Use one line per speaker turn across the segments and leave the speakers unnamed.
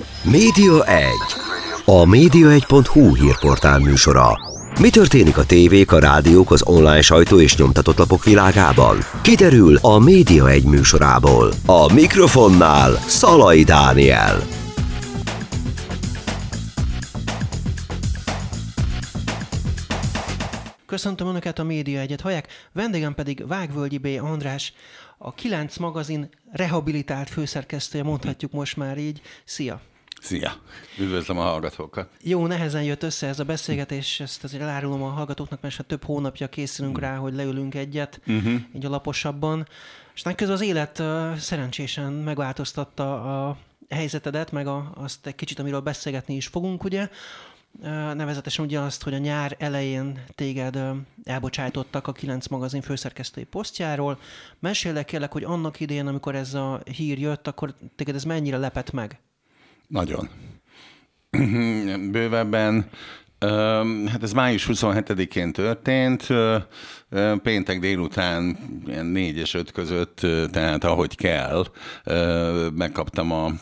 Média 1. A média1.hu hírportál műsora. Mi történik a tévék, a rádiók, az online sajtó és nyomtatott lapok világában? Kiderül a Média 1 műsorából. A mikrofonnál Szalai Dániel.
Köszöntöm Önöket, a Média 1-et hallják, vendégem pedig Vágvölgyi B. András, a 9 magazin rehabilitált főszerkesztője, mondhatjuk most már így. Szia!
Szia! Üdvözlöm a hallgatókat!
Jó, nehezen jött össze ez a beszélgetés, ezt azért elárulom a hallgatóknak, mert már több hónapja készülünk rá, hogy leülünk egyet, így alaposabban. És közben az élet szerencsésen megváltoztatta a helyzetedet, meg azt egy kicsit, amiről beszélgetni is fogunk, ugye? Nevezetesen ugye azt, hogy a nyár elején téged elbocsájtottak a 9 magazin főszerkesztői posztjáról. Mesélj kérlek, hogy annak idején, amikor ez a hír jött, akkor téged ez mennyire lepett meg?
Nagyon. Bővebben. Hát ez május 27-én történt, péntek délután 4 és 5 között, tehát ahogy kell, megkaptam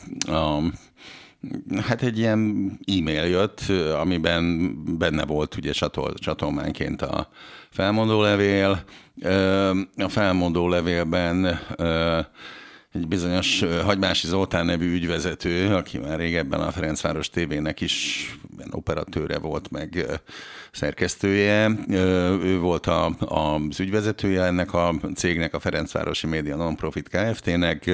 hát egy ilyen e-mail jött, amiben benne volt ugye csatolmányként a felmondólevél. A felmondólevélben egy bizonyos Hagymási Zoltán nevű ügyvezető, aki már régebben a Ferencváros TV-nek is operatőre volt, meg szerkesztője. Ő volt az ügyvezetője ennek a cégnek, a Ferencvárosi Média Nonprofit Kft-nek,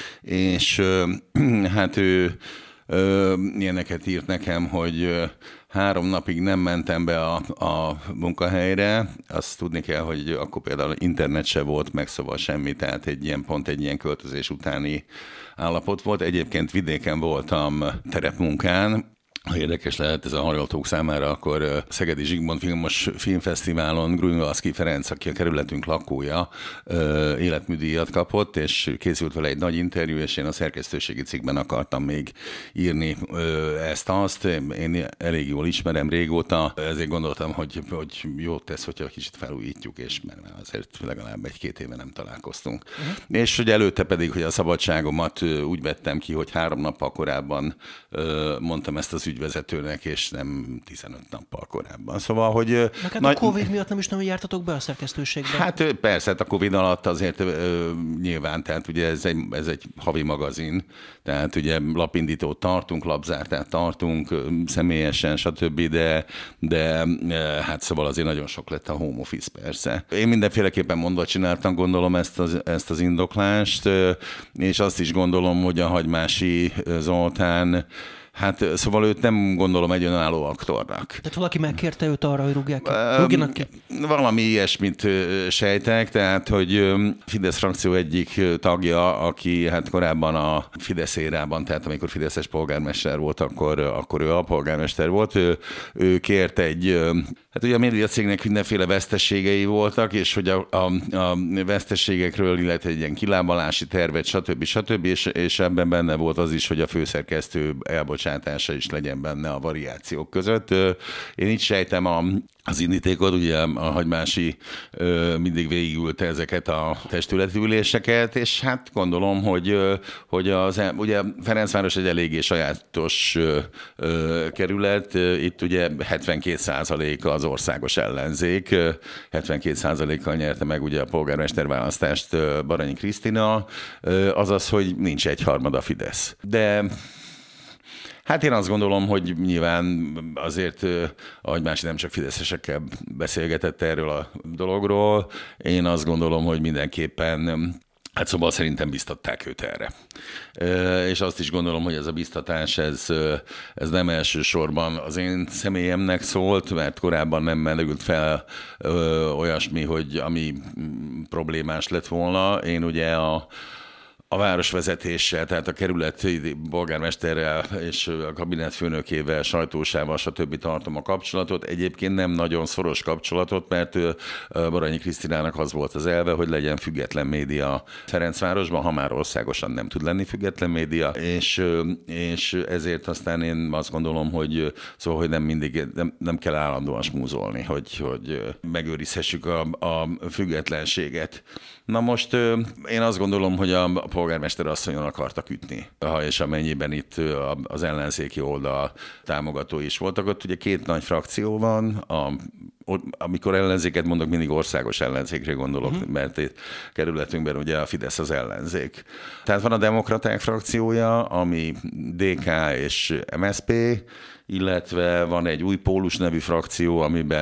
és hát ő ilyeneket írt nekem, hogy 3 napig nem mentem be a munkahelyre. Azt tudni kell, hogy akkor például internet se volt, meg szóval semmi, tehát egy ilyen költözés utáni állapot volt. Egyébként vidéken voltam terepmunkán. Ha érdekes lehet ez a hallgatók számára, akkor Szegedi Zsigmond Filmfesztiválon Grünwaldzki Ferenc, aki a kerületünk lakója, életműdíjat kapott, és készült vele egy nagy interjú, és én a szerkesztőségi cikkben akartam még írni ezt-azt. Én elég jól ismerem régóta, ezért gondoltam, hogy jót tesz, hogyha kicsit felújítjuk, és mert azért legalább 1-2 éve nem találkoztunk. És hogy előtte pedig, hogy a szabadságomat úgy vettem ki, hogy 3 nappal korábban mondtam ezt az ügyvezetőnek, és nem 15 nappal korábban. Szóval, hogy...
A Covid miatt nem is nagyon jártatok be a szerkesztőségbe?
Hát persze, a Covid alatt azért nyilván, tehát ugye ez egy havi magazin, tehát ugye lapindítót tartunk, lapzártát tartunk, személyesen, stb., de hát szóval azért nagyon sok lett a home office, persze. Én mindenféleképpen mondva csináltam, gondolom ezt az indoklást, és azt is gondolom, hogy a Hagymási Zoltán, hát szóval őt nem gondolom egy önálló aktornak.
Tehát valaki megkérte őt arra, hogy rúgjanak ki?
Valami ilyesmit sejtek, tehát hogy Fidesz frakció egyik tagja, aki hát korábban a Fidesz érában, tehát amikor fideszes polgármester volt, akkor ő a polgármester volt, ő kért hát ugye a médiacégnek mindenféle veszteségei voltak, és hogy a veszteségekről, illetve egy ilyen kilábalási tervet, stb. És ebben benne volt az is, hogy a főszerkesztő elbocsátása is legyen benne a variációk között. Én így sejtem az indítékot, ugye a Hagymási mindig végigülte ezeket a testületi üléseket, és hát gondolom, hogy ugye Ferencváros egy eléggé sajátos kerület, itt ugye 72% az országos ellenzék, 72%-kal nyerte meg ugye a polgármester választást Baranyi Krisztina, azaz, hogy nincs 1/3 a Fidesz. De hát én azt gondolom, hogy nyilván azért a Hagymási nem csak fideszesekkel beszélgetett erről a dologról. Én azt gondolom, hogy mindenképpen, hát szóval szerintem biztatták őt erre. És azt is gondolom, hogy ez a biztatás, ez nem elsősorban az én személyemnek szólt, mert korábban nem merült fel olyasmi, hogy ami problémás lett volna. Én ugye a városvezetéssel, tehát a kerületi polgármesterrel és a kabinetfőnökével, sajtósával, stb. Tartom a kapcsolatot. Egyébként nem nagyon szoros kapcsolatot, mert Baranyi Krisztinának az volt az elve, hogy legyen független média Ferencvárosban, ha már országosan nem tud lenni független média, és ezért aztán én azt gondolom, hogy nem kell állandóan smúzolni, hogy megőrizhessük a függetlenséget. Na most én azt gondolom, hogy a polgármester asszonyon akartak ütni. Ha és amennyiben itt az ellenzéki oldal támogatói is voltak, ott ugye két nagy frakció van, amikor ellenzéket mondok, mindig országos ellenzékre gondolok, mert itt kerületünkben ugye a Fidesz az ellenzék. Tehát van a demokraták frakciója, ami DK és MSZP, illetve van egy új Pólus nevű frakció,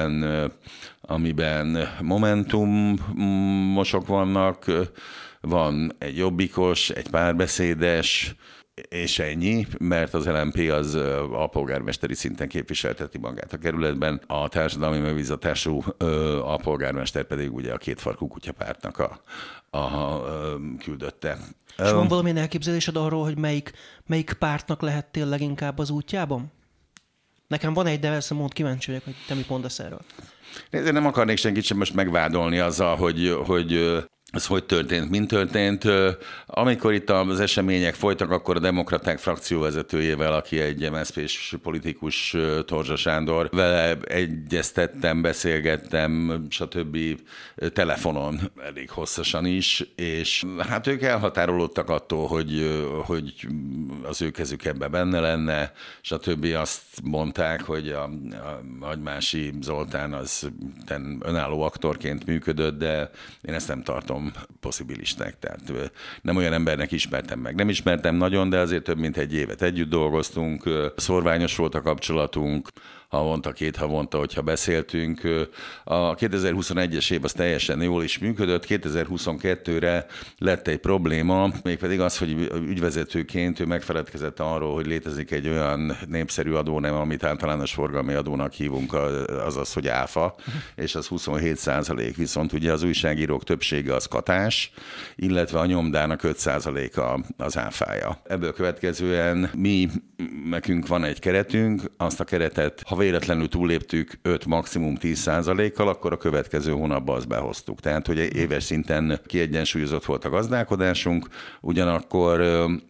amiben Momentumosok vannak, van egy jobbikos, egy párbeszédes, és ennyi, mert az LMP az alpolgármesteri szinten képviselteti magát a kerületben, a társadalmi megbízatású alpolgármester pedig ugye a kétfarkú kutyapártnak a küldötte.
És van valamilyen elképzelésed arról, hogy melyik pártnak lehettél leginkább az útjában? Nekem van egy, de persze mondd, kíváncsi vagyok, hogy te mit mondasz erről.
Én nem akarnék senkit sem most megvádolni azzal, hogy ez hogy történt, mint történt. Amikor itt az események folytak, akkor a demokraták frakcióvezetőjével, aki egy MSZP-s politikus, Torzsa Sándor, vele egyeztettem, beszélgettem, stb. Telefonon elég hosszasan is, és hát ők elhatárolódtak attól, hogy az ő kezük ebben benne lenne, stb. Azt mondták, hogy a Hagymási Zoltán az önálló aktorként működött, de én ezt nem tartom possibilisnek, tehát nem olyan embernek ismertem meg. Nem ismertem nagyon, de azért több mint egy évet együtt dolgoztunk, szorványos volt a kapcsolatunk, két havonta, hogyha beszéltünk. A 2021-es év az teljesen jól is működött, 2022-re lett egy probléma, mégpedig az, hogy ügyvezetőként ő megfeledkezett arról, hogy létezik egy olyan népszerű adónem, amit általános forgalmi adónak hívunk, azaz, hogy áfa, és az 27%, viszont ugye az újságírók többsége az katás, illetve a nyomdának 5%-a az áfája. Ebből következően nekünk van egy keretünk, azt a keretet, ha véletlenül túlléptük 5, maximum 10%-kal, akkor a következő hónapban azt behoztuk. Tehát, hogy éves szinten kiegyensúlyozott volt a gazdálkodásunk, ugyanakkor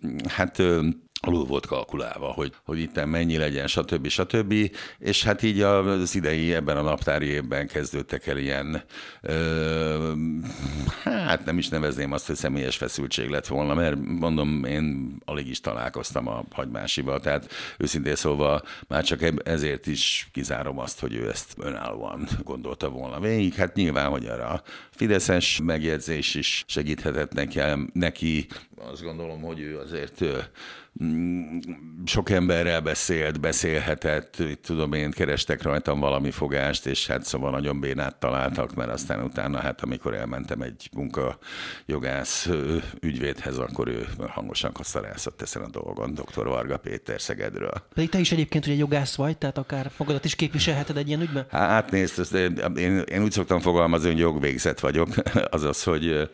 alul volt kalkulálva, hogy itt mennyi legyen, stb. És hát így az idei, ebben a naptári évben kezdődtek el ilyen, nem is nevezném azt, hogy személyes feszültség lett volna, mert mondom, én alig is találkoztam a Hagymásival, tehát őszintén szólva már csak ezért is kizárom azt, hogy ő ezt önállóan gondolta volna végig. Hát nyilván, hogy arra a fideszes megjegyzés is segíthetett neki. Azt gondolom, hogy ő azért sok emberrel beszélhetett, tudom én, kerestek rajtam valami fogást, és hát szóval nagyon bénát találtak, mert aztán utána, amikor elmentem egy munkajogász ügyvédhez, akkor ő hangosan kasztarászott ezen a dolgon, dr. Varga Péter Szegedről. Pedig
te is egyébként ugye jogász vagy, tehát akár magadat is képviselheted egy ilyen ügyben?
Hát nézd, én úgy szoktam fogalmazni, hogy jogvégzett vagyok, azaz, hogy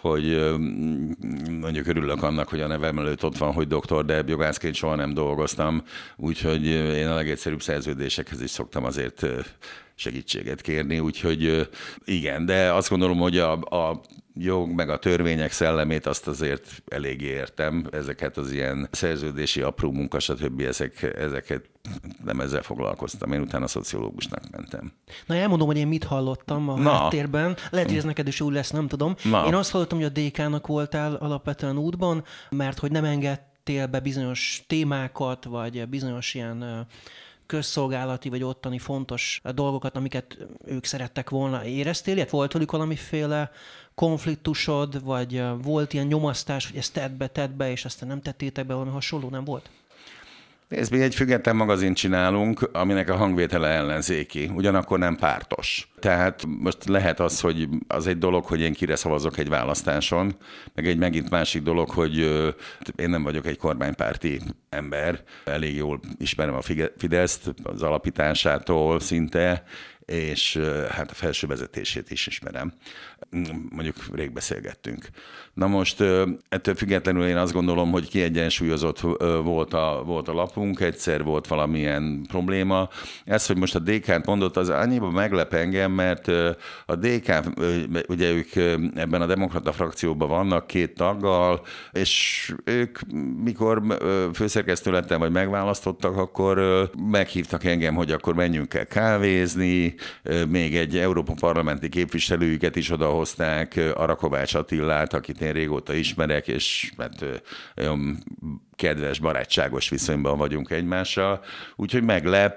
mondjuk örülök annak, hogy a nevem előtt ott van, hogy doktor, de jogászként soha nem dolgoztam, úgyhogy én a legegyszerűbb szerződésekhez is szoktam azért segítséget kérni, úgyhogy igen, de azt gondolom, hogy a jog meg a törvények szellemét azt azért eléggé értem. Ezeket az ilyen szerződési apró munka, stb. Ezeket nem ezzel foglalkoztam. Én utána szociológusnak mentem.
Na, elmondom, hogy én mit hallottam a háttérben. Lehet, hogy ez neked is úgy lesz, nem tudom. Én azt hallottam, hogy a DK-nak voltál alapvetően útban, mert hogy nem engedtél be bizonyos témákat, vagy bizonyos ilyen közszolgálati vagy ottani fontos dolgokat, amiket ők szerettek volna. Éreztél ilyet? Volt velük valamiféle konfliktusod, vagy volt ilyen nyomasztás, hogy ezt tedd be, és aztán nem tettétek be, valami hasonló nem volt?
Nézd, mi egy független magazint csinálunk, aminek a hangvétele ellenzéki, ugyanakkor nem pártos. Tehát most lehet az, hogy az egy dolog, hogy én kire szavazok egy választáson, meg egy megint másik dolog, hogy én nem vagyok egy kormánypárti ember, elég jól ismerem a Fideszt az alapításától szinte, és hát a felső vezetését is ismerem. Mondjuk rég beszélgettünk. Na most ettől függetlenül én azt gondolom, hogy kiegyensúlyozott volt a lapunk, egyszer volt valamilyen probléma. Ez, hogy most a DK-t mondott, az annyiban meglep engem, mert a DK, ugye ők ebben a demokrata frakcióban vannak 2 taggal, és ők mikor főszerkesztő lettem, vagy megválasztottak, akkor meghívtak engem, hogy akkor menjünk el kávézni, még egy Európa parlamenti képviselőjüket is odahozták, Arakovács Attilát, akit én régóta ismerek, és hát olyan kedves, barátságos viszonyban vagyunk egymással. Úgyhogy meglep,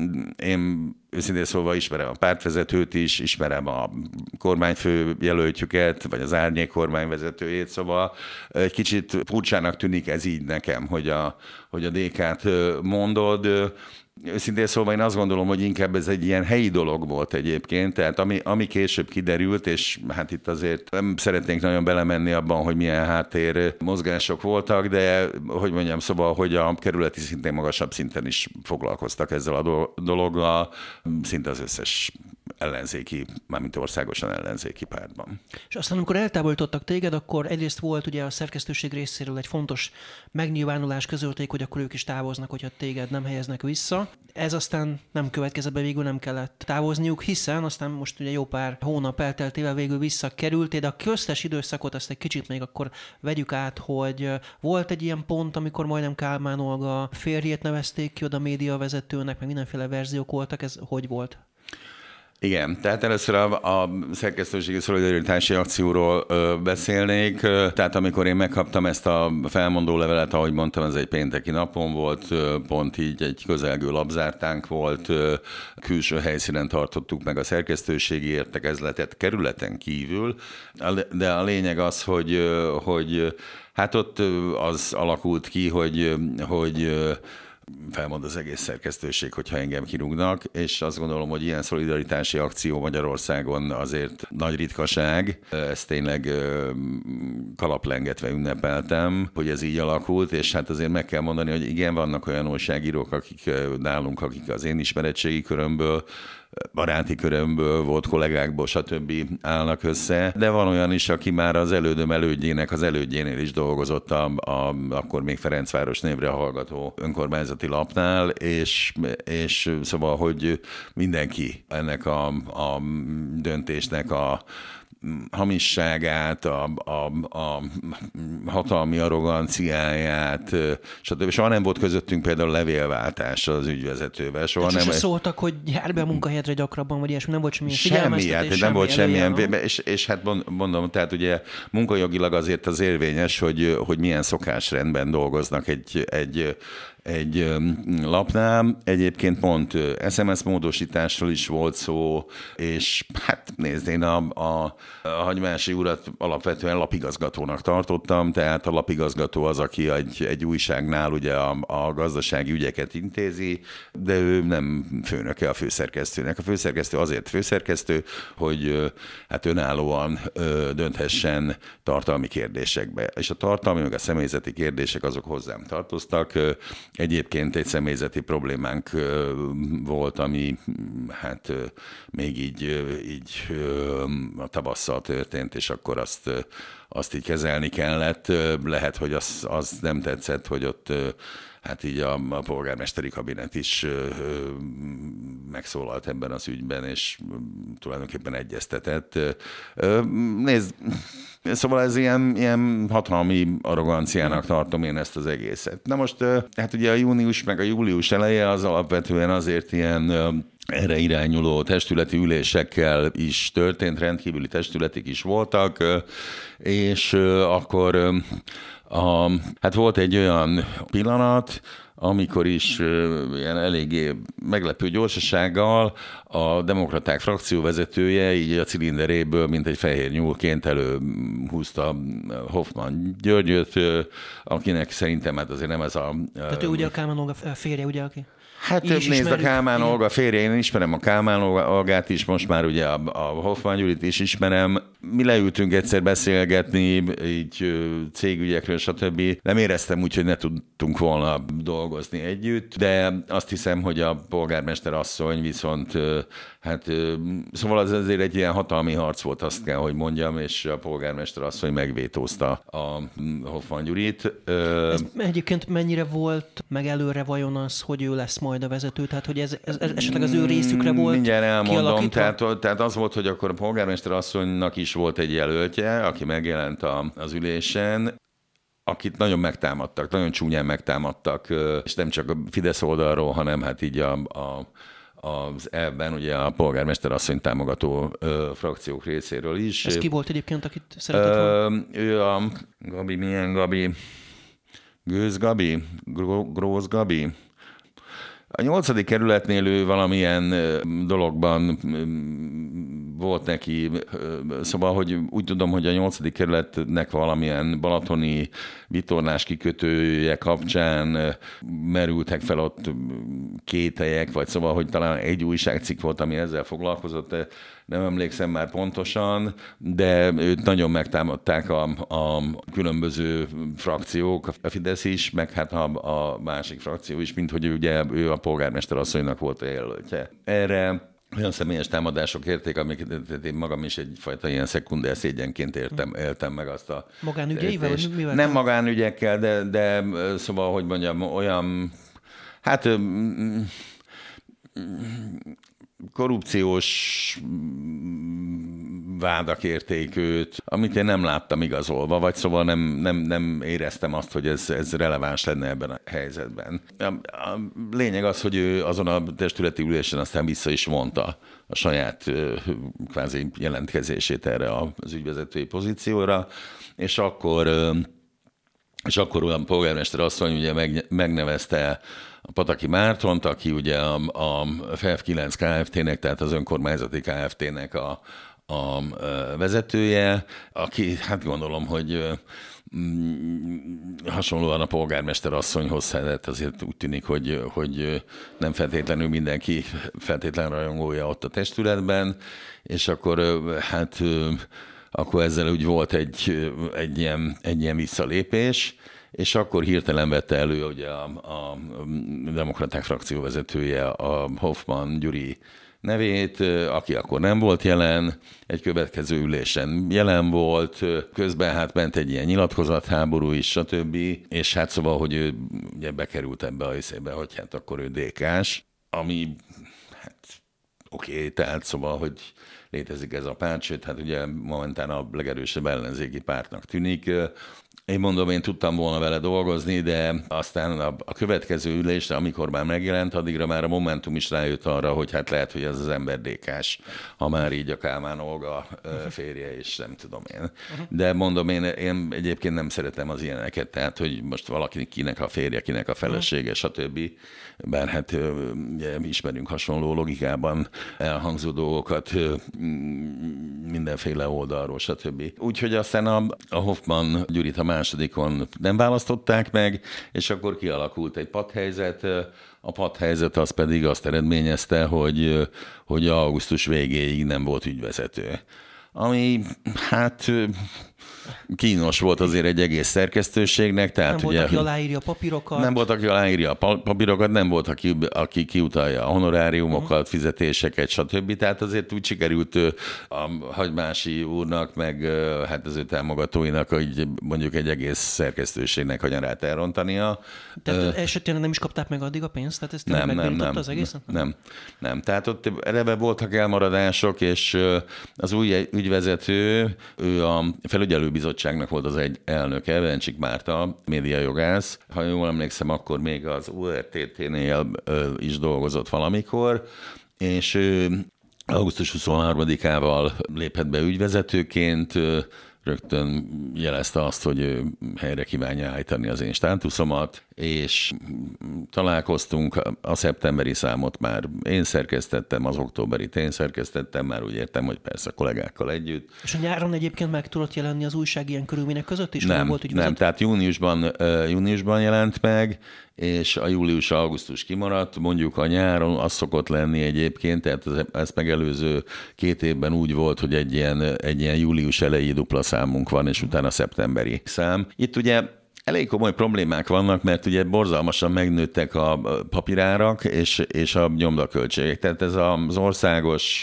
én őszintén szólva ismerem a pártvezetőt is, ismerem a kormányfő jelöltjüket, vagy az árnyék kormányvezetőjét, szóval egy kicsit furcsának tűnik ez így nekem, hogy a DK-t mondod. Őszintén szóval én azt gondolom, hogy inkább ez egy ilyen helyi dolog volt egyébként, tehát ami később kiderült, és hát itt azért nem szeretnénk nagyon belemenni abban, hogy milyen háttér mozgások voltak, de hogy mondjam, szóval, hogy a kerületi szintén magasabb szinten is foglalkoztak ezzel a dologgal, szinte az összes ellenzéki, mármint országosan ellenzéki pártban.
És aztán, amikor eltávolítottak téged, akkor egyrészt volt ugye a szerkesztőség részéről egy fontos megnyilvánulás, közölték, hogy akkor ők is távoznak, hogyha téged nem helyeznek vissza. Ez aztán nem következett be, végül nem kellett távozniuk, hiszen aztán most ugye jó pár hónap elteltével végül visszakerültél, de a köztes időszakot azt egy kicsit még akkor vegyük át, hogy volt egy ilyen pont, amikor majdnem Kálmán Olga férjét nevezték ki oda médiavezetőnek, meg mindenféle verziók voltak, ez hogy volt?
Igen, tehát először a szerkesztőségi szolidaritási akcióról beszélnék. Tehát amikor én megkaptam ezt a felmondó levelet, ahogy mondtam, ez egy pénteki napon volt, pont így egy közelgő labzártánk volt, külső helyszínen tartottuk meg a szerkesztőségi értekezletet kerületen kívül, de a lényeg az, hogy hát ott az alakult ki, hogy felmond az egész szerkesztőség, hogyha engem kirúgnak, és azt gondolom, hogy ilyen szolidaritási akció Magyarországon azért nagy ritkaság. Ezt tényleg kalaplengetve ünnepeltem, hogy ez így alakult, és hát azért meg kell mondani, hogy igen, vannak olyan újságírók, akik nálunk, akik az én ismeretségi körömből, baráti körömből, volt kollégákból, stb. Állnak össze, de van olyan is, aki már az elődjének az elődjénél is dolgozott akkor még Ferencváros névre hallgató önkormányzati lapnál, és szóval, hogy mindenki ennek a döntésnek a hamisságát, a hatalmi arroganciáját, stb. Soha nem volt közöttünk például levélváltás az ügyvezetővel. Soha nem
szóltak, hogy jár be a munkahelyedre gyakrabban, vagy ilyesmi, nem volt semmilyen
figyelmeztetés. Semmi, nem volt semmilyen, és hát mondom, tehát ugye munkajogilag azért az érvényes, hogy milyen szokásrendben dolgoznak egy lapnál. Egyébként pont SMS módosításról is volt szó, és hát nézd, én a Hagymási urat alapvetően lapigazgatónak tartottam, tehát a lapigazgató az, aki egy újságnál ugye a gazdasági ügyeket intézi, de ő nem főnöke a főszerkesztőnek. A főszerkesztő azért főszerkesztő, hogy hát önállóan dönthessen tartalmi kérdésekbe. És a tartalmi, meg a személyzeti kérdések azok hozzám tartoztak. Egyébként egy személyzeti problémánk volt, ami hát még így a tavasszal történt, és akkor azt így kezelni kellett. Lehet, hogy az nem tetszett, hogy ott hát így a polgármesteri kabinet is megszólalt ebben az ügyben, és tulajdonképpen egyeztetett. Nézd, szóval ez ilyen hatalmi arroganciának tartom én ezt az egészet. Na most, hát ugye a június meg a július eleje az alapvetően azért ilyen erre irányuló testületi ülésekkel is történt, rendkívüli testületek is voltak, és akkor hát volt egy olyan pillanat, amikor is ilyen eléggé meglepő gyorsasággal a demokraták frakcióvezetője így a cilinderéből, mint egy fehér nyúlként előhúzta Hoffmann Györgyöt, akinek szerintem hát azért nem ez a...
Tehát ő ugye a Kálmán Olga férje, ugye, aki...
Hát nézd, a Kálmán Olga férje, én ismerem a Kálmán Olgát is, most már ugye a Hoffmann Gyurit is ismerem. Mi leültünk egyszer beszélgetni, így cégügyekről, stb. Nem éreztem úgy, hogy ne tudtunk volna dolgozni együtt, de azt hiszem, hogy a polgármester asszony viszont, hát szóval az azért egy ilyen hatalmi harc volt, azt kell, hogy mondjam, és a polgármester asszony megvétózta a Hoffmann Gyurit.
Ez egyébként mennyire volt meg előre vajon az, hogy ő lesz majd a vezető, tehát hogy ez esetleg az ő részükre volt
mindjárt elmondom,
kialakítva?
tehát az volt, hogy akkor a polgármester asszonynak is volt egy jelöltje, aki megjelent az ülésen. akit nagyon megtámadtak, nagyon csúnyán megtámadtak, és nem csak a Fidesz oldalról, hanem hát így az elben ugye a polgármester asszony támogató frakciók részéről is.
Ez ki volt egyébként, akit szeretett volna?
Ő a Gabi, milyen Gabi? Gőz Gabi? Grósz Gabi? A 8. kerületnél ő valamilyen dologban volt neki, szóval, hogy úgy tudom, hogy a 8. kerületnek valamilyen balatoni vitorlás kikötője kapcsán merültek fel ott kételyek, vagy szóval, hogy talán egy újságcikk volt, ami ezzel foglalkozott, nem emlékszem már pontosan, de őt nagyon megtámadták a különböző frakciók, a Fidesz is, meg hát a másik frakció is, mint hogy ugye ő a polgármester asszonynak volt a jelöltje. Erre olyan személyes támadások érték, amiket én magam is egyfajta ilyen szekunder szégyenként éltem meg azt a...
Magánügyeivel?
Nem magánügyekkel, de szóval, hogy mondjam, olyan... Hát... korrupciós vádak érték őt, amit én nem láttam igazolva, vagy szóval nem éreztem azt, hogy ez releváns lenne ebben a helyzetben. A lényeg az, hogy ő azon a testületi ülésen aztán vissza is mondta a saját kvázi jelentkezését erre az ügyvezetői pozícióra, és akkor olyan polgármester asszony ugye megnevezte a Pataki Mártont, aki ugye a FEV9 Kft-nek, tehát az önkormányzati Kft-nek a vezetője, aki hát gondolom, hogy hasonlóan a polgármester asszonyhoz szedett, azért úgy tűnik, hogy nem feltétlenül mindenki feltétlen rajongója ott a testületben, és akkor hát akkor ezzel úgy volt egy ilyen visszalépés, és akkor hirtelen vette elő ugye a demokraták frakció vezetője a Hoffmann Gyuri nevét, aki akkor nem volt jelen, egy következő ülésen jelen volt, közben hát ment egy ilyen nyilatkozatháború is, stb. És hát szóval, hogy ő ugye bekerült ebbe a hiszébe, hogy hát akkor ő DK-s, ami hát oké, tehát szóval, hogy létezik ez a párt, sőt, hát ugye momentán a legerősebb ellenzéki pártnak tűnik. Én mondom, én tudtam volna vele dolgozni, de aztán a következő ülésre, amikor már megjelent, addigra már a Momentum is rájött arra, hogy hát lehet, hogy ez az ember DK-s, ha már így a Kálmán Olga férje, és nem tudom én. De mondom, én egyébként nem szeretem az ilyeneket, tehát, hogy most valaki kinek a férje, kinek a felesége, stb. Bár hát ugye, ismerünk hasonló logikában elhangzó dolgokat mindenféle oldalról, stb. Úgyhogy aztán a Hoffmann Gyurit a másodikon nem választották meg, és akkor kialakult egy patthelyzet. A patthelyzet az pedig azt eredményezte, hogy augusztus végéig nem volt ügyvezető. Ami hát kínos volt azért egy egész szerkesztőségnek. Tehát
nem volt, aki aláírja a papírokat.
Nem volt, aki aláírja a papírokat, nem volt, aki kiutalja a honoráriumokat, fizetéseket, stb. Tehát azért úgy sikerült a Hagymási úrnak, meg hát az ő támogatóinak, hogy mondjuk egy egész szerkesztőségnek a nyarát elrontania.
Tehát esetén nem is kapták meg addig a pénzt? Tehát ezt megbirította az egészet?
Nem. Tehát ott eleve voltak elmaradások, és az új ügyvezető, ő a felügyelőbizottságnak volt az egy elnöke, Bencsik Márta, médiajogász. Ha jól emlékszem, akkor még az URTT-nél is dolgozott valamikor, és augusztus 23-ával lépett be ügyvezetőként, rögtön jelezte azt, hogy helyre kívánja állítani az én státuszomat, és találkoztunk, a szeptemberi számot már én szerkesztettem, az októberit én szerkesztettem, már úgy értem, hogy persze a kollégákkal együtt.
És a nyáron egyébként meg tudott jelenni az újság ilyen körülmények között is?
Nem, tehát júniusban jelent meg, és a július-augusztus kimaradt, mondjuk a nyáron az szokott lenni egyébként, tehát ezt megelőző 2 évben úgy volt, hogy egy ilyen július elejé dupla számunk van, és utána szeptemberi szám. Itt ugye elég komoly problémák vannak, mert ugye borzalmasan megnőttek a papírárak és a nyomdaköltségek. Tehát ez az országos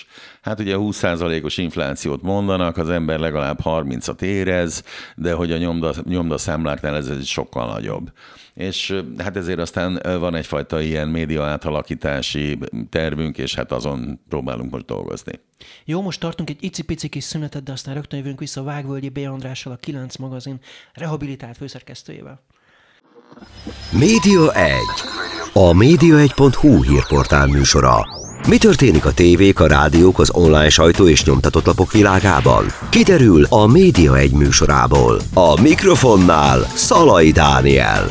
Hát ugye 20%-os inflációt mondanak, az ember legalább 30-at érez, de hogy a nyomdaszámláknál ez sokkal nagyobb. És hát ezért aztán van egyfajta ilyen média átalakítási tervünk, és hát azon próbálunk most dolgozni.
Jó, most tartunk egy icipici kis szünetet, de aztán rögtön jövünk vissza Vágvölgyi B. Andrással, a 9 magazin rehabilitált főszerkesztőjével.
Média 1. A média1.hu hírportál műsora. Mi történik a tévék, a rádiók, az online sajtó és nyomtatott lapok világában? Kiderül a Média 1 műsorából. A mikrofonnál Szalai Dániel.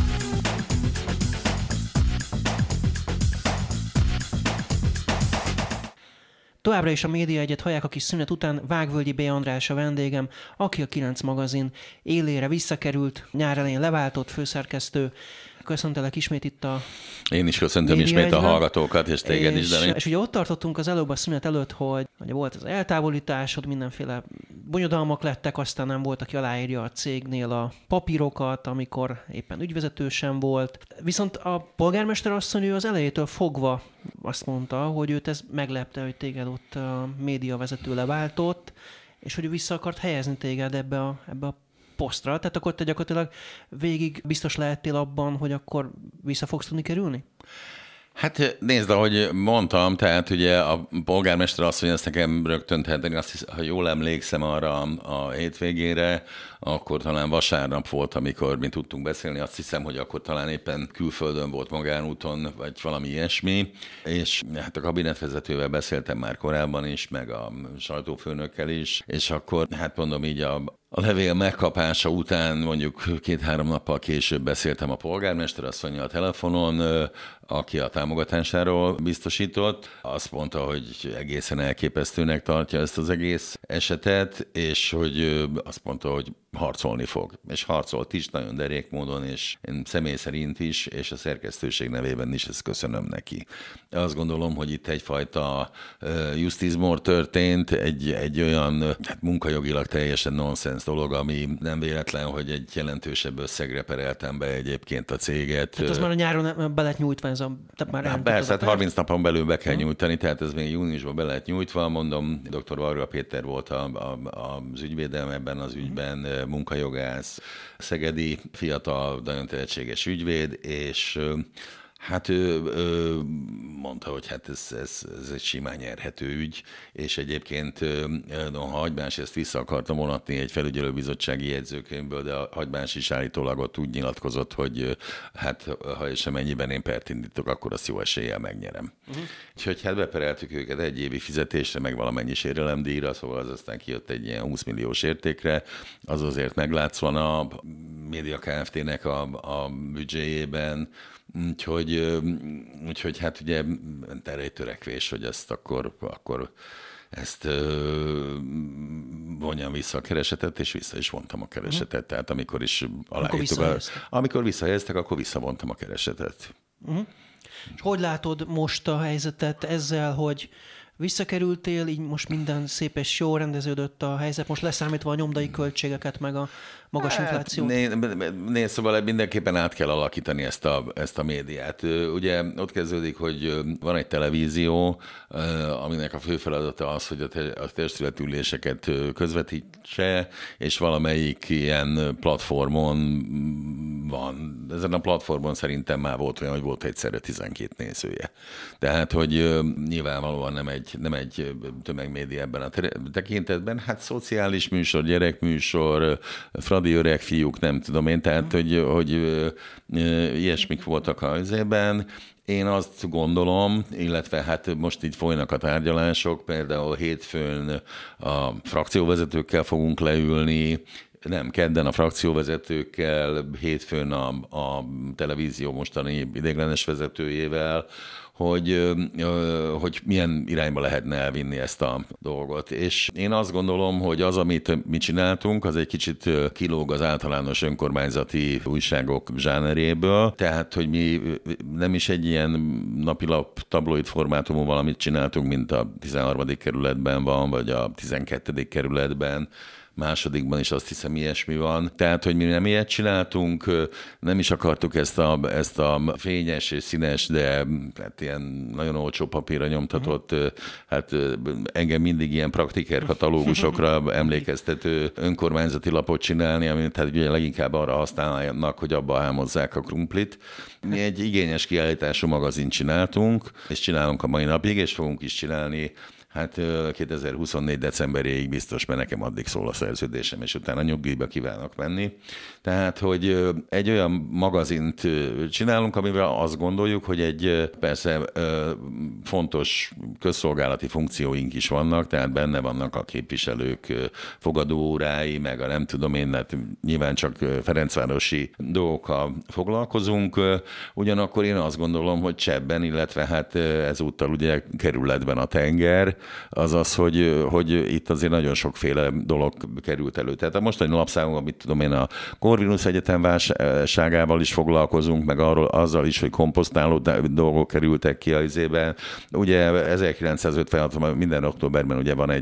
Továbbra is a Média 1-et hallják, a kis szünet után Vágvölgyi B. András a vendégem, aki a 9 magazin élére visszakerült, nyár elején leváltott főszerkesztő. Köszöntelek ismét itt a
Én is köszöntöm ismét a hallgatókat, és téged is, Dani.
És ugye ott tartottunk az előbb a szünet előtt, hogy ugye volt az eltávolításod, mindenféle bonyodalmak lettek, aztán nem volt, aki aláírja a cégnél a papírokat, amikor éppen ügyvezető sem volt. Viszont a polgármester asszony, ő az elejétől fogva azt mondta, hogy őt ez meglepte, hogy téged ott a médiavezető leváltott, és hogy ő vissza akart helyezni téged ebbe a posztra. Tehát akkor te gyakorlatilag végig biztos lehettél abban, hogy akkor vissza fogsz tudni kerülni?
Hát nézd, ahogy mondtam, tehát ugye a polgármester azt mondja, ezt nekem rögtön, tehát én azt hiszem, ha jól emlékszem arra a hétvégére, akkor talán vasárnap volt, amikor mi tudtunk beszélni, azt hiszem, hogy akkor talán éppen külföldön volt magánúton, vagy valami ilyesmi, és hát a kabinetvezetővel beszéltem már korábban is, meg a sajtófőnökkel is, és akkor hát mondom így a levél megkapása után mondjuk 2-3 nappal később beszéltem a polgármester asszonnyal a telefonon, aki a támogatásáról biztosított. Azt mondta, hogy egészen elképesztőnek tartja ezt az egész esetet, és hogy azt mondta, hogy harcolni fog. És harcolt is, nagyon derék módon, és én személy szerint is, és a szerkesztőség nevében is ezt köszönöm neki. Azt gondolom, hogy itt egyfajta justizmor történt, egy olyan hát munkajogilag teljesen nonsens dolog, ami nem véletlen, hogy egy jelentősebb összegre pereltem be egyébként a céget.
Tehát az már a nyáron be lett nyújtva, ez a...
Hát persze, hát 30 napon belül be kell nyújtani, tehát ez még júniusban be lett nyújtva. Mondom, dr. Varga Péter volt az ügyvédem ebben az ügyben, munkajogász, szegedi, fiatal, nagyon tehetséges ügyvéd, és hát ő mondta, hogy hát ez egy simán nyerhető ügy, és egyébként ha Hagymás ezt vissza akarta vonatni egy felügyelőbizottsági jegyzőkönyvből, de a Hagymás is állítólag ott úgy nyilatkozott, hogy hát ha és amennyiben én pert indítok, akkor azt jó eséllyel megnyerem. Úgyhogy hát bepereltük őket 1 évi fizetésre, meg valamennyi sérelemdíjra, szóval az aztán kijött egy ilyen 20 milliós értékre, az azért meglátszóan a Média Kft-nek a büdzséjében, úgyhogy hát ugye erre egy törekvés, hogy ezt akkor ezt vonjam vissza a keresetet, és vissza is vontam a keresetet. Tehát amikor is aláírtuk, amikor visszahelyeztek, akkor visszavontam a keresetet.
És hogy látod most a helyzetet ezzel, hogy visszakerültél, így most minden szép és jó, rendeződött a helyzet, most leszámítva a nyomdai költségeket, meg a magas inflációt?
Szóval mindenképpen át kell alakítani ezt a médiát. Ugye ott kezdődik, hogy van egy televízió, aminek a fő feladata az, hogy a testületüléseket közvetítse, és valamelyik ilyen platformon van. Ezen a platformon szerintem már volt olyan, hogy volt egyszerre 12 nézője. Tehát, hogy nyilvánvalóan nem egy tömegmédia ebben a tekintetben. Hát szociális műsor, gyerekműsor, Fradi öreg fiúk, nem tudom én, tehát, hogy ilyesmik voltak a helyzetben. Én azt gondolom, illetve hát most így folynak a tárgyalások, például hétfőn a frakcióvezetőkkel fogunk leülni, nem, kedden a frakcióvezetőkkel, hétfőn a televízió mostani ideiglenes vezetőjével, hogy milyen irányba lehetne elvinni ezt a dolgot. És én azt gondolom, hogy az, amit mi csináltunk, az egy kicsit kilóg az általános önkormányzati újságok zsáneréből, tehát, hogy mi nem is egy ilyen napilap tabloid formátumú valamit csináltunk, mint a 13. kerületben van, vagy a 12. kerületben, másodikban is azt hiszem ilyesmi van. Tehát, hogy mi nem ilyet csináltunk, nem is akartuk ezt a fényes és színes, de hát ilyen nagyon olcsó papírra nyomtatott, hát engem mindig ilyen praktiker katalógusokra emlékeztető önkormányzati lapot csinálni, amit tehát ugye leginkább arra használnak, hogy abba álmozzák a krumplit. Mi egy igényes kiállítású magazint csináltunk, és csinálunk a mai napig, és fogunk is csinálni. Hát 2024. decemberéig biztos, mert nekem addig szól a szerződésem, és utána nyugdíjba kívánok menni. Tehát, hogy egy olyan magazint csinálunk, amivel azt gondoljuk, hogy egy persze fontos közszolgálati funkcióink is vannak, tehát benne vannak a képviselők fogadóórái, meg a nem tudom én, hát nyilván csak ferencvárosi dolgokkal foglalkozunk. Ugyanakkor én azt gondolom, hogy Csebben, illetve hát ezúttal ugye kerületben a tenger, azaz, hogy itt azért nagyon sokféle dolog került elő. Tehát a mostani lapszámban, mit tudom én, a Corvinus Egyetem válságával is foglalkozunk, meg azzal is, hogy komposztáló dolgok kerültek ki a izében. Ugye 1956 minden októberben ugye van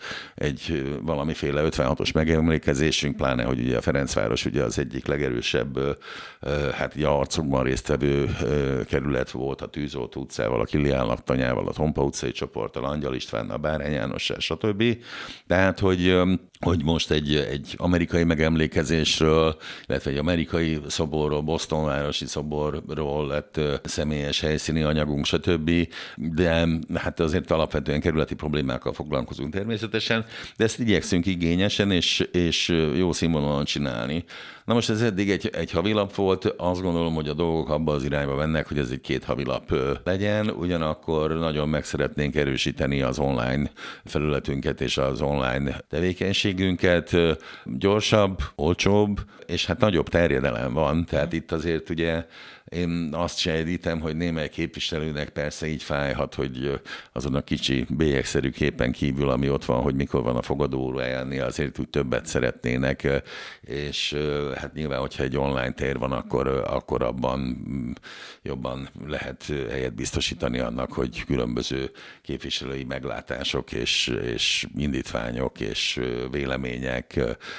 egy valamiféle 56-os megemlékezésünk, pláne, hogy ugye a Ferencváros ugye az egyik legerősebb, hát ugye arcokban résztvevő kerület volt a Tűzoltó utcával, a Kilián laktanyával, a Tompa utcai csoporttal, Angyal Istvánnal, Bárány Jánossal, stb. Tehát, hogy most egy amerikai megemlékezésről, illetve egy amerikai szoborról, Boston városi szoborról lett személyes helyszíni anyagunk, stb. De hát azért alapvetően kerületi problémákkal foglalkozunk természetesen, de ezt igyekszünk igényesen és jó színvonalon csinálni. Na most ez eddig egy havilap volt, azt gondolom, hogy a dolgok abba az irányba mennek, hogy ez egy 2 havilap legyen, ugyanakkor nagyon meg szeretnénk erősíteni az online felületünket és az online tevékenységünket. Gyorsabb, olcsóbb, és hát nagyobb terjedelem van, tehát itt azért ugye én azt sejtítem, hogy némely képviselőnek persze így fájhat, hogy azon a kicsi bélyegszerű képen kívül, ami ott van, hogy mikor van a fogadóórájánél, azért úgy többet szeretnének, és hát nyilván, hogyha egy online tér van, akkor abban jobban lehet helyet biztosítani annak, hogy különböző képviselői meglátások és indítványok és vélemények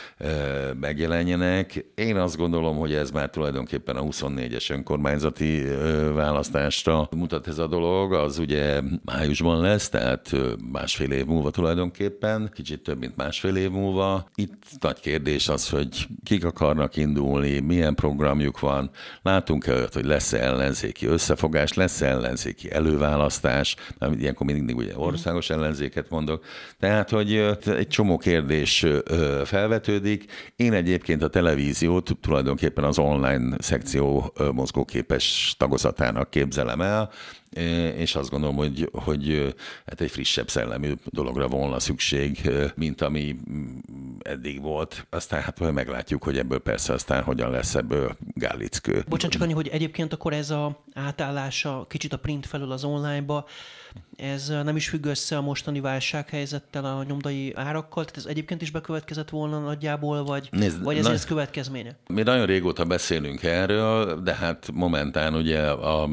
megjelenjenek. Én azt gondolom, hogy ez már tulajdonképpen a 24-es önkormányzati választásra mutat ez a dolog, az ugye májusban lesz, tehát másfél év múlva tulajdonképpen, kicsit több, mint másfél év múlva. Itt nagy kérdés az, hogy kik akarnak indulni, milyen programjuk van, látunk-e olyat, hogy lesz-e ellenzéki összefogás, lesz-e ellenzéki előválasztás, mert ilyenkor mindig ugye országos ellenzéket mondok, tehát, hogy egy csomó kérdés felvetődik. Én egyébként a televíziót tulajdonképpen az online szekció mozgóképes tagozatának képzelem el, és azt gondolom, hogy hát egy frissebb szellemű dologra volna szükség, mint ami eddig volt. Aztán hát meglátjuk, hogy ebből persze aztán hogyan lesz ebből gálickő.
Bocsánat, csak annyi, hogy egyébként akkor ez a átállása kicsit a print felől az online-ba, ez nem is függ össze a mostani válsághelyzettel, a nyomdai árakkal, tehát ez egyébként is bekövetkezett volna nagyjából, vagy ez következménye?
Mi nagyon régóta beszélünk erről, de hát momentán ugye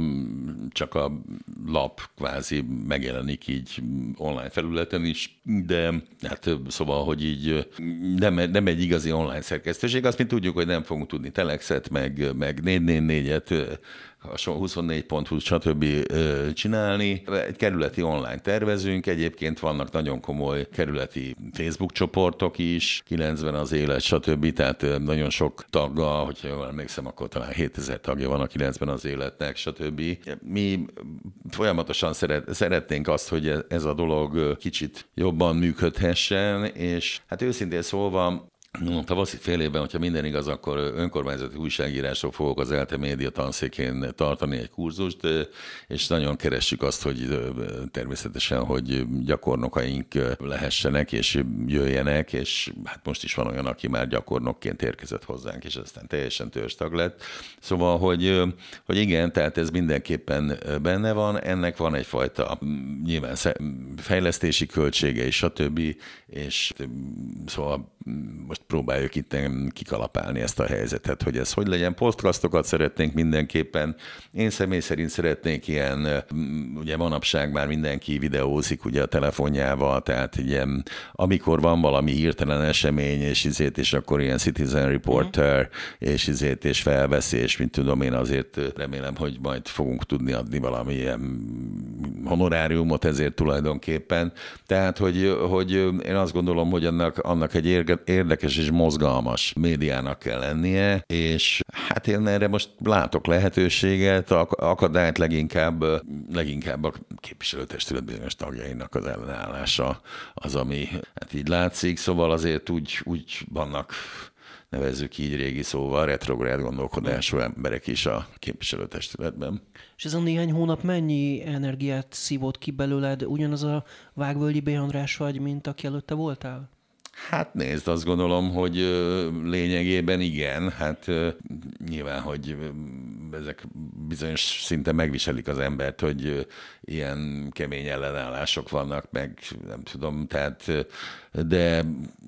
csak a lap kvázi megjelenik így online felületen is, de hát szóval, hogy így nem egy igazi online szerkesztőség, azt mi tudjuk, hogy nem fogunk tudni telexet, meg 444-et, a 24.hu, stb. Csinálni. Egy kerületi online tervezünk, egyébként vannak nagyon komoly kerületi Facebook csoportok is, 90 az élet, stb. Tehát nagyon sok taggal, hogyha jól emlékszem, akkor talán 7000 tagja van a 90 az életnek, stb. Mi folyamatosan szeretnénk azt, hogy ez a dolog kicsit jobban működhessen, és hát őszintén szólva, tavaszi fél évben, hogyha minden igaz, akkor önkormányzati újságírásról fogok az ELTE média tanszékén tartani egy kurzust, és nagyon keressük azt, hogy természetesen, hogy gyakornokaink lehessenek, és jöjjenek, és hát most is van olyan, aki már gyakornokként érkezett hozzánk, és aztán teljesen törstag lett. Szóval, hogy igen, tehát ez mindenképpen benne van, ennek van egyfajta nyilván fejlesztési költsége, és stb. És szóval most most próbáljuk itt kikalapálni ezt a helyzetet, hogy ez hogy legyen. Podcastokat szeretnénk mindenképpen. Én személy szerint szeretnék ilyen, ugye manapság már mindenki videózik ugye a telefonjával, tehát ilyen, amikor van valami hirtelen esemény, és akkor ilyen Citizen Reporter, és felveszi, és mint tudom én, azért remélem, hogy majd fogunk tudni adni valamilyen honoráriumot ezért tulajdonképpen. Tehát, hogy én azt gondolom, hogy annak egy érdekes és mozgalmas médiának kell lennie, és hát én erre most látok lehetőséget, akadályt leginkább a képviselőtestület bizonyos tagjainak az ellenállása az, ami hát így látszik, szóval azért úgy vannak, nevezzük így régi szóval, retrográd gondolkodású emberek is a képviselőtestületben.
És ez a néhány hónap mennyi energiát szívott ki belőled? Ugyanaz a Vágvölgyi B. András vagy, mint aki előtte voltál?
Hát nézd, azt gondolom, hogy lényegében igen. Hát nyilván, hogy ezek bizonyos szinten megviselik az embert, hogy ilyen kemény ellenállások vannak, meg nem tudom, tehát de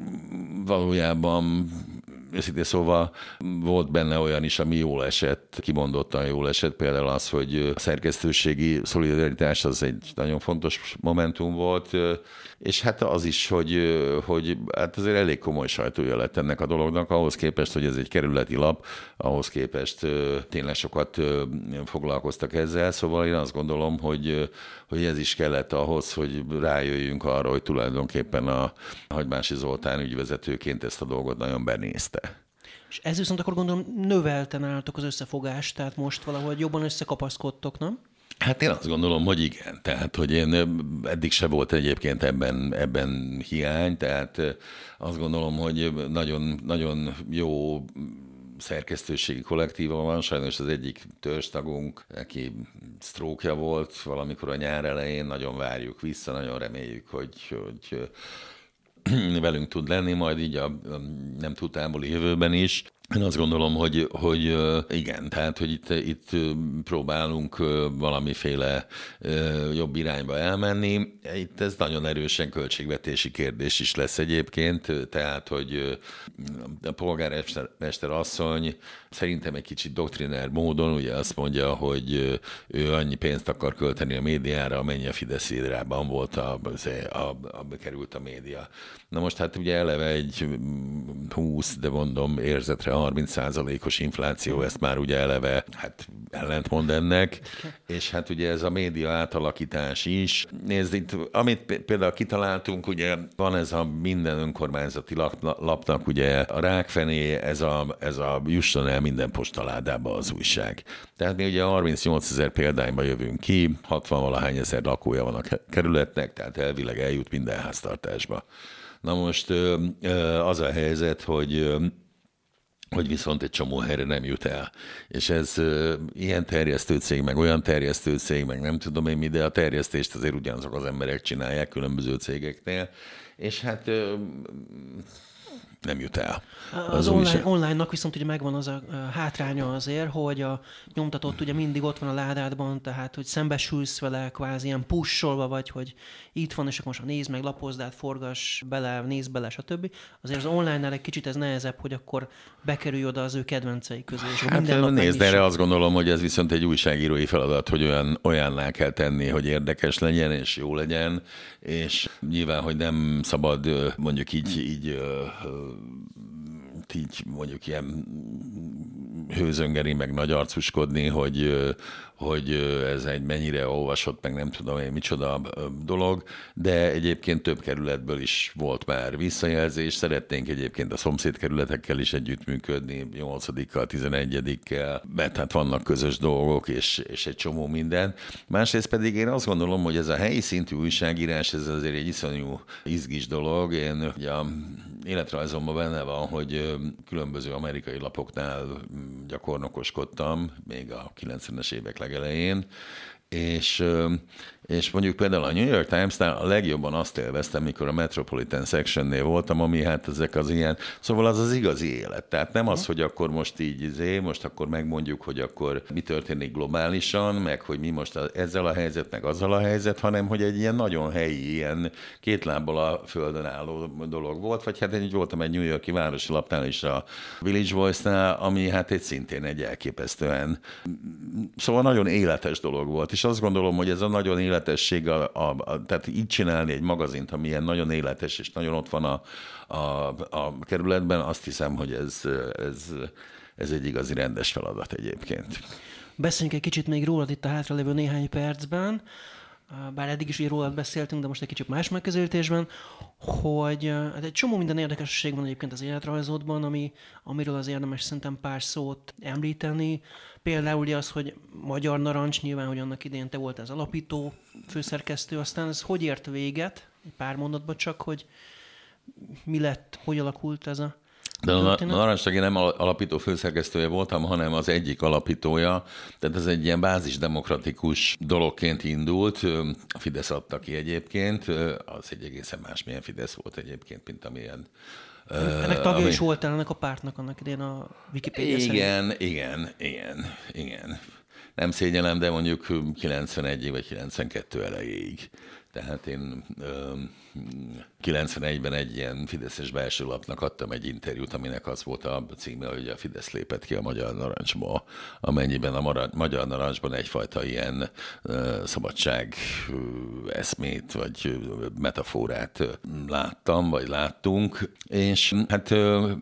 valójában őszintén szóval volt benne olyan is, ami jól esett, kimondottan jól esett, például az, hogy a szerkesztőségi szolidaritás az egy nagyon fontos momentum volt, és hát az is, hogy hát azért elég komoly sajtója lett ennek a dolognak, ahhoz képest, hogy ez egy kerületi lap, ahhoz képest tényleg sokat foglalkoztak ezzel, szóval én azt gondolom, hogy ez is kellett ahhoz, hogy rájöjjünk arra, hogy tulajdonképpen a Hagymási Zoltán ügyvezetőként ezt a dolgot nagyon benézte.
És ez viszont akkor gondolom növelte nálatok az összefogást, tehát most valahogy jobban összekapaszkodtok, nem?
Hát én azt gondolom, hogy igen. Tehát, hogy én eddig se volt egyébként ebben hiány, tehát azt gondolom, hogy nagyon, nagyon jó szerkesztőségi kollektíva van, sajnos az egyik törzstagunk, aki sztrókja volt valamikor a nyár elején, nagyon várjuk vissza, nagyon reméljük, hogy velünk tud lenni majd így a nem túl távoli jövőben is. Én azt gondolom, hogy igen, tehát, hogy itt próbálunk valamiféle jobb irányba elmenni. Itt ez nagyon erősen költségvetési kérdés is lesz egyébként, tehát, hogy a polgármester asszony szerintem egy kicsit doktrinár módon ugye azt mondja, hogy ő annyi pénzt akar költeni a médiára, amennyi a Fidesz érában volt, került a média. Na most hát ugye eleve egy 20, de mondom érzetre 30%-os infláció, ezt már ugye eleve hát ellentmond ennek, és hát ugye ez a média átalakítás is. Nézd, itt, amit például kitaláltunk, ugye van ez a minden önkormányzati lapnak ugye a rákfené, ez a jusson el minden postaládába az újság. Tehát mi ugye 38 000 példányba jövünk ki, 60-valahány ezer lakója van a kerületnek, tehát elvileg eljut minden háztartásba. Na most az a helyzet, hogy viszont egy csomó helyre nem jut el. És ez ilyen terjesztőcég, meg olyan terjesztőcég, meg nem tudom én mi, de a terjesztést azért ugyanazok az emberek csinálják különböző cégeknél, és hát nem jut el.
Az online-nak viszont ugye megvan az a hátránya azért, hogy a nyomtatott ugye mindig ott van a ládádban, tehát hogy szembesülsz vele kvázi ilyen push-olva vagy, hogy itt van, és akkor most nézd meg, lapozd át, forgass bele, nézd bele, stb. Azért az online-nál egy kicsit ez nehezebb, hogy akkor bekerülj oda az ő kedvencei közé. És
hát nézd, erre azt gondolom, hogy ez viszont egy újságírói feladat, hogy olyanná kell tenni, hogy érdekes legyen, és jó legyen, és nyilván, hogy nem szabad mondjuk így mondjuk ilyen hőzöngeri, meg nagy arcuskodni, hogy ez egy mennyire olvasott, meg nem tudom én micsoda dolog, de egyébként több kerületből is volt már visszajelzés, szeretnénk egyébként a szomszédkerületekkel is együttműködni, 8-kal, 11-kkel, mert hát vannak közös dolgok, és egy csomó minden. Másrészt pedig én azt gondolom, hogy ez a helyi szintű újságírás, ez azért egy iszonyú izgis dolog. Én ugye a életrajzomban benne van, hogy különböző amerikai lapoknál gyakornokoskodtam, még a 90-es évek legelején, És mondjuk például a New York Times-nál a legjobban azt élveztem, mikor a Metropolitan Sectionnél voltam, ami hát ezek az ilyen, szóval az az igazi élet. Tehát nem az, hogy akkor most így most akkor megmondjuk, hogy akkor mi történik globálisan, meg hogy mi most ezzel a helyzet, meg azzal a helyzet, hanem hogy egy ilyen nagyon helyi, ilyen két lábbal a földön álló dolog volt, vagy hát én voltam egy New York-i városi lapnál is, a Village Voice-nál, ami hát egy szintén egy elképesztően, szóval nagyon életes dolog volt, és azt gondolom, hogy ez a nagyon életesség, tehát így csinálni egy magazint, ami ilyen nagyon életes, és nagyon ott van a kerületben, azt hiszem, hogy ez egy igazi rendes feladat egyébként.
Beszéljünk egy kicsit még rólad itt a hátralévő néhány percben, bár eddig is rólad beszéltünk, de most egy kicsit más megközelítésben, hogy egy csomó minden érdekesség van egyébként az életrajzodban, amiről az érdemes szerintem pár szót említeni. Például az, hogy Magyar Narancs, nyilván, hogy annak idején te voltál az alapító, főszerkesztő, aztán ez hogy ért véget? Egy pár mondatban csak, hogy mi lett, hogy alakult ez a
de a Narancsnak én nem alapító főszerkesztője voltam, hanem az egyik alapítója, tehát ez egy ilyen bázisdemokratikus dologként indult, a Fidesz adta ki egyébként, az egy egészen másmilyen Fidesz volt egyébként, mint amilyen.
Ennek tagja is voltál ennek a pártnak annak idején a Wikipédia szerint.
Igen. Nem szégyellem, de mondjuk 91 vagy 92 elejéig. Tehát én 91-ben egy ilyen fideszes belső lapnak adtam egy interjút, aminek az volt a címe, hogy a Fidesz lépett ki a Magyar Narancsból, amennyiben a Magyar Narancsban egyfajta ilyen szabadság eszmét, vagy metaforát láttam, vagy láttunk. És hát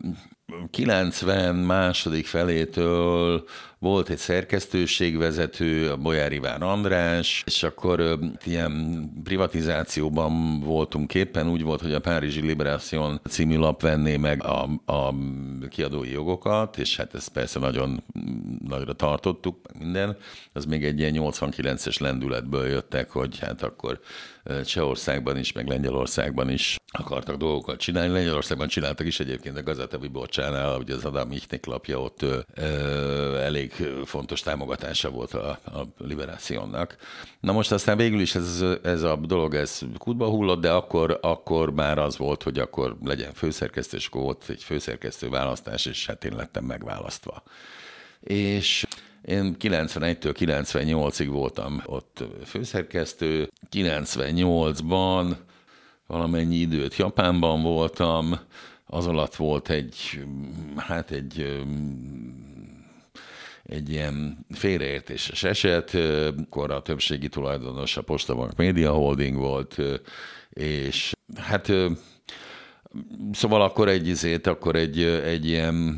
90 második felétől volt egy szerkesztőségvezető, a Bolyár Iván András, és akkor ilyen privatizációban voltunk éppen, úgy volt, hogy a Párizsi Libération című lap venné meg a kiadói jogokat, és hát ezt persze nagyon nagyra tartottuk, minden. Az még egy ilyen 89-es lendületből jöttek, hogy hát akkor Csehországban is, meg Lengyelországban is akartak dolgokat csinálni. Lengyelországban csináltak is egyébként a Gazeta Wyborczánál, ugye az Adam Michnik lapja ott elég fontos támogatása volt a Liberationnak. Na most aztán végül is ez a dolog kútba hullott, de akkor már az volt, hogy akkor legyen főszerkesztő, és akkor volt egy főszerkesztő választás, és hát én lettem megválasztva. És én 91-től 98-ig voltam ott főszerkesztő, 98-ban valamennyi időt Japánban voltam, az alatt volt egy ilyen félreértéses eset, akkor a többségi tulajdonos a Postabank Media Holding volt, és hát szóval akkor egy ilyen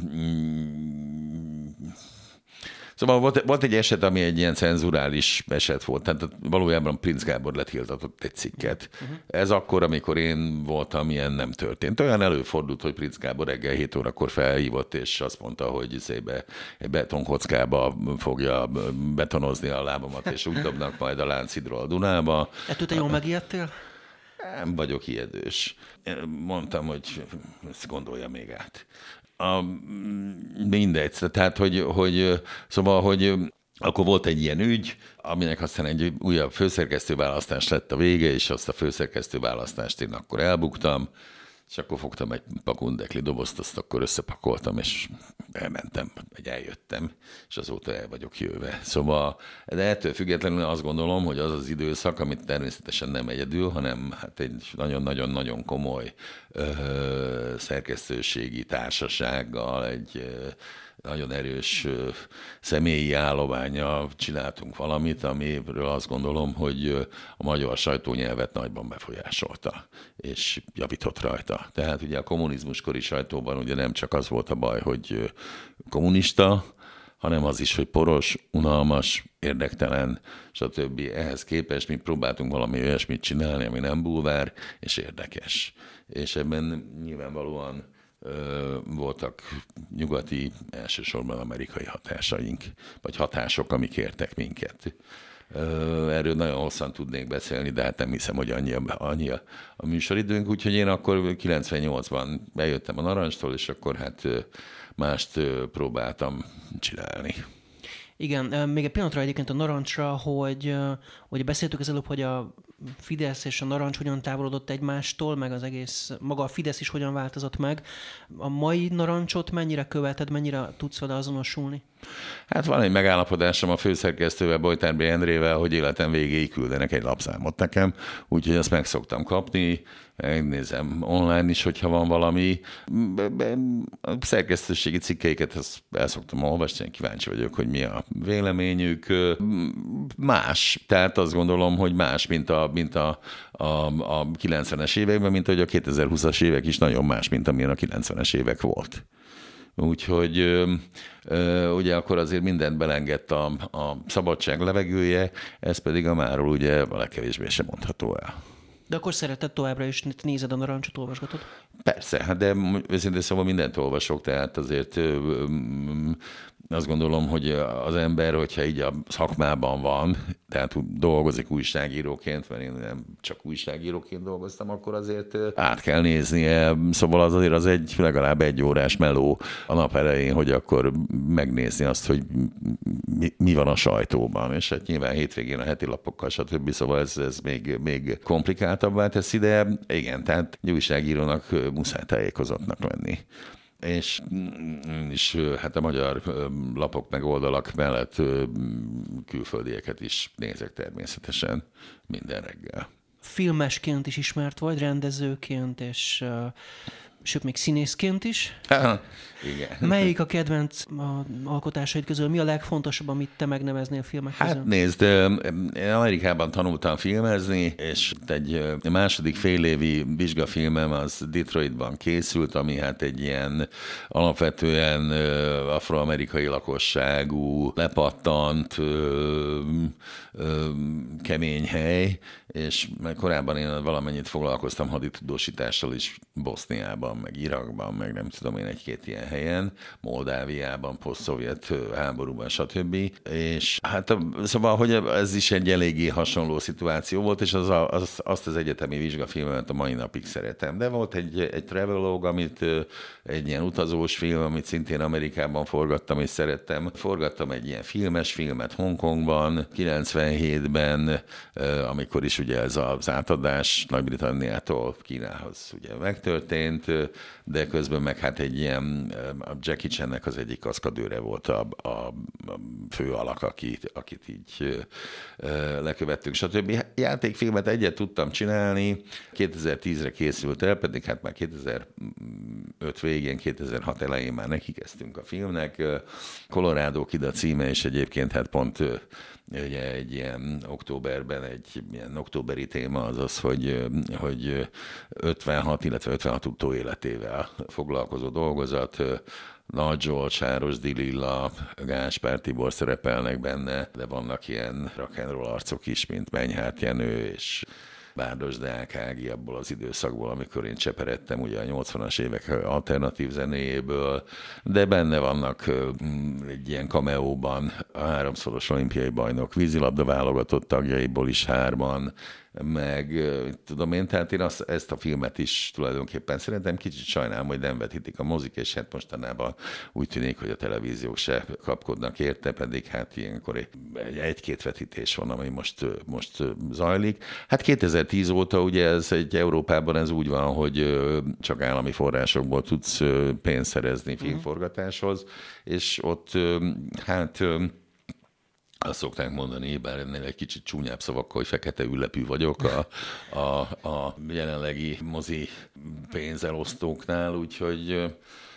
Szóval volt egy eset, ami egy ilyen cenzurális eset volt. Tehát valójában Princ Gábor letiltatott egy cikket. Ez akkor, amikor én voltam, ilyen nem történt. Olyan előfordult, hogy Princ Gábor reggel 7 órakor felhívott, és azt mondta, hogy egy betonkockába fogja betonozni a lábamat, és úgy dobnak majd a Lánchídról a Dunába.
Ettől te jól megijedtél?
Nem vagyok ijedős. Mondtam, hogy ezt gondolja még át. Mindegy. Tehát, hogy akkor volt egy ilyen ügy, aminek aztán egy újabb főszerkesztőválasztás lett a vége, és azt a főszerkesztőválasztást én akkor elbuktam, és akkor fogtam egy pakundekli dobozt, azt akkor összepakoltam, és elmentem, vagy eljöttem, és azóta el vagyok jöve. Szóval, de ettől függetlenül azt gondolom, hogy az az időszak, amit természetesen nem egyedül, hanem hát egy nagyon-nagyon-nagyon komoly szerkesztőségi társasággal, egy nagyon erős személyi állománnyal csináltunk valamit, amiről azt gondolom, hogy a magyar sajtónyelvet nagyban befolyásolta, és javított rajta. Tehát ugye a kommunizmuskori sajtóban ugye nem csak az volt a baj, hogy kommunista, hanem az is, hogy poros, unalmas, érdektelen, stb. Ehhez képest mi próbáltunk valami olyasmit csinálni, ami nem bulvár, és érdekes. És ebben nyilvánvalóan voltak nyugati, elsősorban amerikai hatásaink, vagy hatások, amik értek minket. Erről nagyon hosszan tudnék beszélni, de hát nem hiszem, hogy annyi a műsoridőnk, úgyhogy én akkor 98-ban bejöttem a Narancstól, és akkor hát mást próbáltam csinálni.
Igen, még egy pillanatra egyébként a narancsra, hogy beszéltük az előbb, hogy a Fidesz és a narancs hogyan távolodott egymástól, meg az egész, maga a Fidesz is hogyan változott meg. A mai narancsot mennyire követed, mennyire tudsz vele azonosulni?
Hát van egy megállapodásom a főszerkesztővel, Bojtár B. Endrével, hogy életem végéig küldenek egy lapszámot nekem, úgyhogy ezt meg szoktam kapni, megnézem online is, hogyha van valami. A szerkesztőségi cikkeiket ezt el szoktam olvasni, kíváncsi vagyok, hogy mi a véleményük. Más, tehát azt gondolom, hogy más, mint a 90-es években, mint hogy a 2020-as évek is nagyon más, mint amilyen a 90-es évek volt. Úgyhogy ugye akkor azért mindent belengett a szabadság levegője, ez pedig a máról ugye a legkevésbé sem mondható el.
De akkor szereted továbbra is, nézed a narancsot, olvasgatod?
Persze, hát de őszintén szóval mindent olvasok, tehát azért azt gondolom, hogy az ember, hogyha így a szakmában van, tehát dolgozik újságíróként, mert én nem csak újságíróként dolgoztam, akkor azért át kell néznie, szóval az azért az legalább egy órás meló a nap elején, hogy akkor megnézni azt, hogy mi van a sajtóban, és hát nyilván hétvégén a heti lapokkal, stb. Szóval ez még komplikáltabbá teszi, de igen, tehát egy újságírónak muszáj tájékozottnak lenni. És hát a magyar lapok meg oldalak mellett külföldieket is nézek természetesen minden reggel.
Filmesként is ismert vagy, rendezőként, és sőt, még színészként is.
Igen.
Melyik a kedvenc alkotásaid közül? Mi a legfontosabb, amit te megneveznél filmek közül?
Hát nézd, én Amerikában tanultam filmezni, és egy második félévi vizsgafilmem az Detroitban készült, ami hát egy ilyen alapvetően afroamerikai lakosságú, lepattant, kemény hely, és korábban én valamennyit foglalkoztam haditudósítással is Boszniában, meg Irakban, meg nem tudom én egy-két ilyen helyen, Moldáviában, poszt-szovjet háborúban, stb. És hát szóval, hogy ez is egy eléggé hasonló szituáció volt, és azt az egyetemi vizsgafilmet a mai napig szeretem. De volt egy travelogue, amit egy ilyen utazós film, amit szintén Amerikában forgattam, és szerettem. Forgattam egy ilyen filmes filmet Hongkongban, 97-ben, amikor is ugye ez az átadás Nagy-Britanniától Kínához ugye megtörtént, de közben meg hát egy ilyen, a Jackie Chan-nek az egyik kaszkadőre volt a fő alak, akit így lekövettünk, stb. Játékfilmet egyet tudtam csinálni, 2010-re készült el, pedig hát már 2005 végén, 2006 elején már nekikezdtünk a filmnek. Colorado Kid a címe, és egyébként hát pont ugye egy ilyen októberben, egy ilyen októberi téma az az, hogy 56, illetve 56 utóéletével foglalkozó dolgozat. Nagy Zsolt, Sáros Dililla, Gáspár Tibor szerepelnek benne, de vannak ilyen rock'n'roll arcok is, mint Menyhárt Jenő és Bárdos Deák Ági abból az időszakból, amikor én cseperedtem ugye a 80-as évek alternatív zenéjéből, de benne vannak egy ilyen cameóban a 3-szoros olimpiai bajnok vízilabda válogatott tagjaiból is 3-an, meg tudom én, tehát én ezt a filmet is tulajdonképpen szeretem, kicsit sajnálom, hogy nem vetítik a mozik, és hát mostanában úgy tűnik, hogy a televíziók se kapkodnak érte, pedig hát ilyenkor egy-két vetítés van, ami most zajlik. Hát 2010 óta ugye ez Európában ez úgy van, hogy csak állami forrásokból tudsz pénzt szerezni filmforgatáshoz, és ott hát azt szokták mondani, bár ennél egy kicsit csúnyább szavakkal, hogy fekete ülepű vagyok a jelenlegi mozi pénzelosztóknál, úgyhogy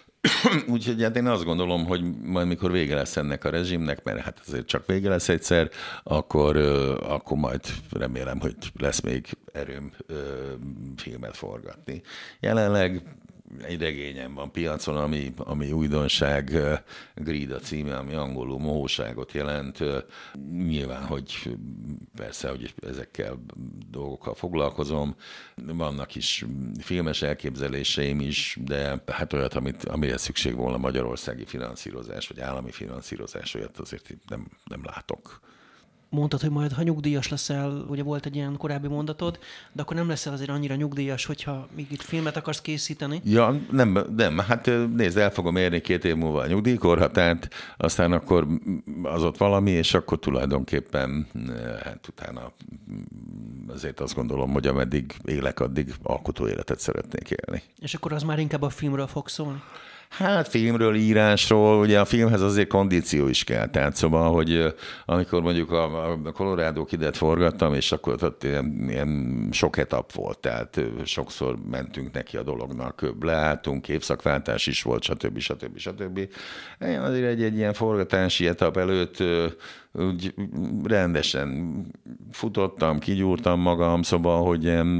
hát én azt gondolom, hogy majd mikor vége lesz ennek a rezsimnek, mert hát azért csak vége lesz egyszer, akkor majd remélem, hogy lesz még erőm filmet forgatni. Jelenleg egy regényem van piacon, ami újdonság, Greed a címe, ami angolul mohóságot jelent. Nyilván, hogy persze, hogy ezekkel dolgokkal foglalkozom. Vannak is filmes elképzeléseim is, de hát olyat, amihez szükség volna magyarországi finanszírozás, vagy állami finanszírozás, olyat azért nem látok.
mondtad, hogy majd ha nyugdíjas leszel, ugye volt egy ilyen korábbi mondatod, de akkor nem leszel azért annyira nyugdíjas, hogyha még itt filmet akarsz készíteni.
Ja, nem, hát nézd, el fogom érni 2 év múlva a nyugdíjkorhatárt, aztán akkor az ott valami, és akkor tulajdonképpen hát utána azért azt gondolom, hogy ameddig élek, addig alkotó életet szeretnék élni.
És akkor az már inkább a filmről fog szólni?
Hát filmről, írásról, ugye a filmhez azért kondíció is kell, tehát szóval, hogy amikor mondjuk a Colorado Kidet forgattam, és akkor ott ilyen sok etap volt, tehát sokszor mentünk neki a dolognak, leálltunk, képszakváltás is volt, stb. Én azért egy ilyen forgatási etap előtt úgy rendesen futottam, kigyúrtam magam, szóval, hogy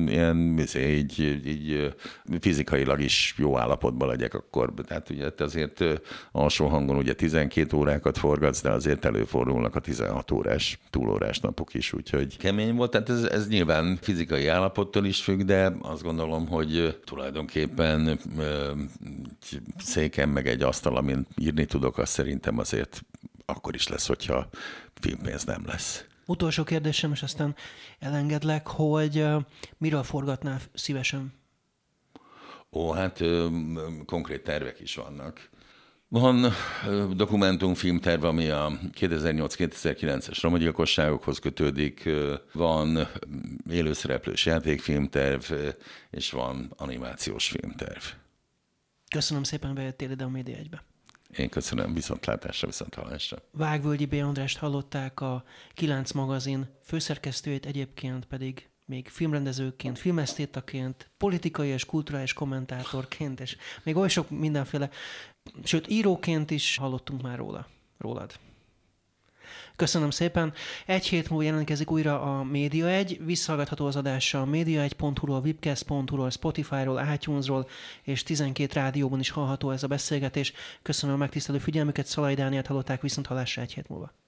így fizikailag is jó állapotban legyek akkor. Tehát ugye azért alsó hangon ugye 12 órákat forgatsz, de azért előfordulnak a 16 órás, túlórás napok is, úgyhogy kemény volt. Tehát ez nyilván fizikai állapottól is függ, de azt gondolom, hogy tulajdonképpen széken meg egy asztal, amin írni tudok, azt szerintem azért akkor is lesz, hogyha filmpénz nem lesz.
Utolsó kérdésem, és aztán elengedlek, hogy miről forgatnál szívesen?
Hát konkrét tervek is vannak. Van dokumentumfilmterv, ami a 2008-2009-es romagyilkosságokhoz kötődik, van élőszereplős játékfilmterv, és van animációs filmterv.
Köszönöm szépen, hogy bejöttél ide a Média 1-be.
Én köszönöm, viszontlátásra, viszonthallásra.
Vágvölgyi B. Andrást hallották, a 9 magazin főszerkesztőjét, egyébként pedig még filmrendezőként, filmesztétaként, politikai és kulturális kommentátorként, és még oly sok mindenféle, sőt íróként is hallottunk már rólad. Köszönöm szépen. 1 hét múlva jelentkezik újra a Média 1. Visszahallgatható az adása a média1.hu-ról, webcast.hu-ról, Spotify-ról, iTunes-ról, és 12 rádióban is hallható ez a beszélgetés. Köszönöm a megtisztelő figyelmüket, Szalai Dánielt hallották, viszont hallásra 1 hét múlva.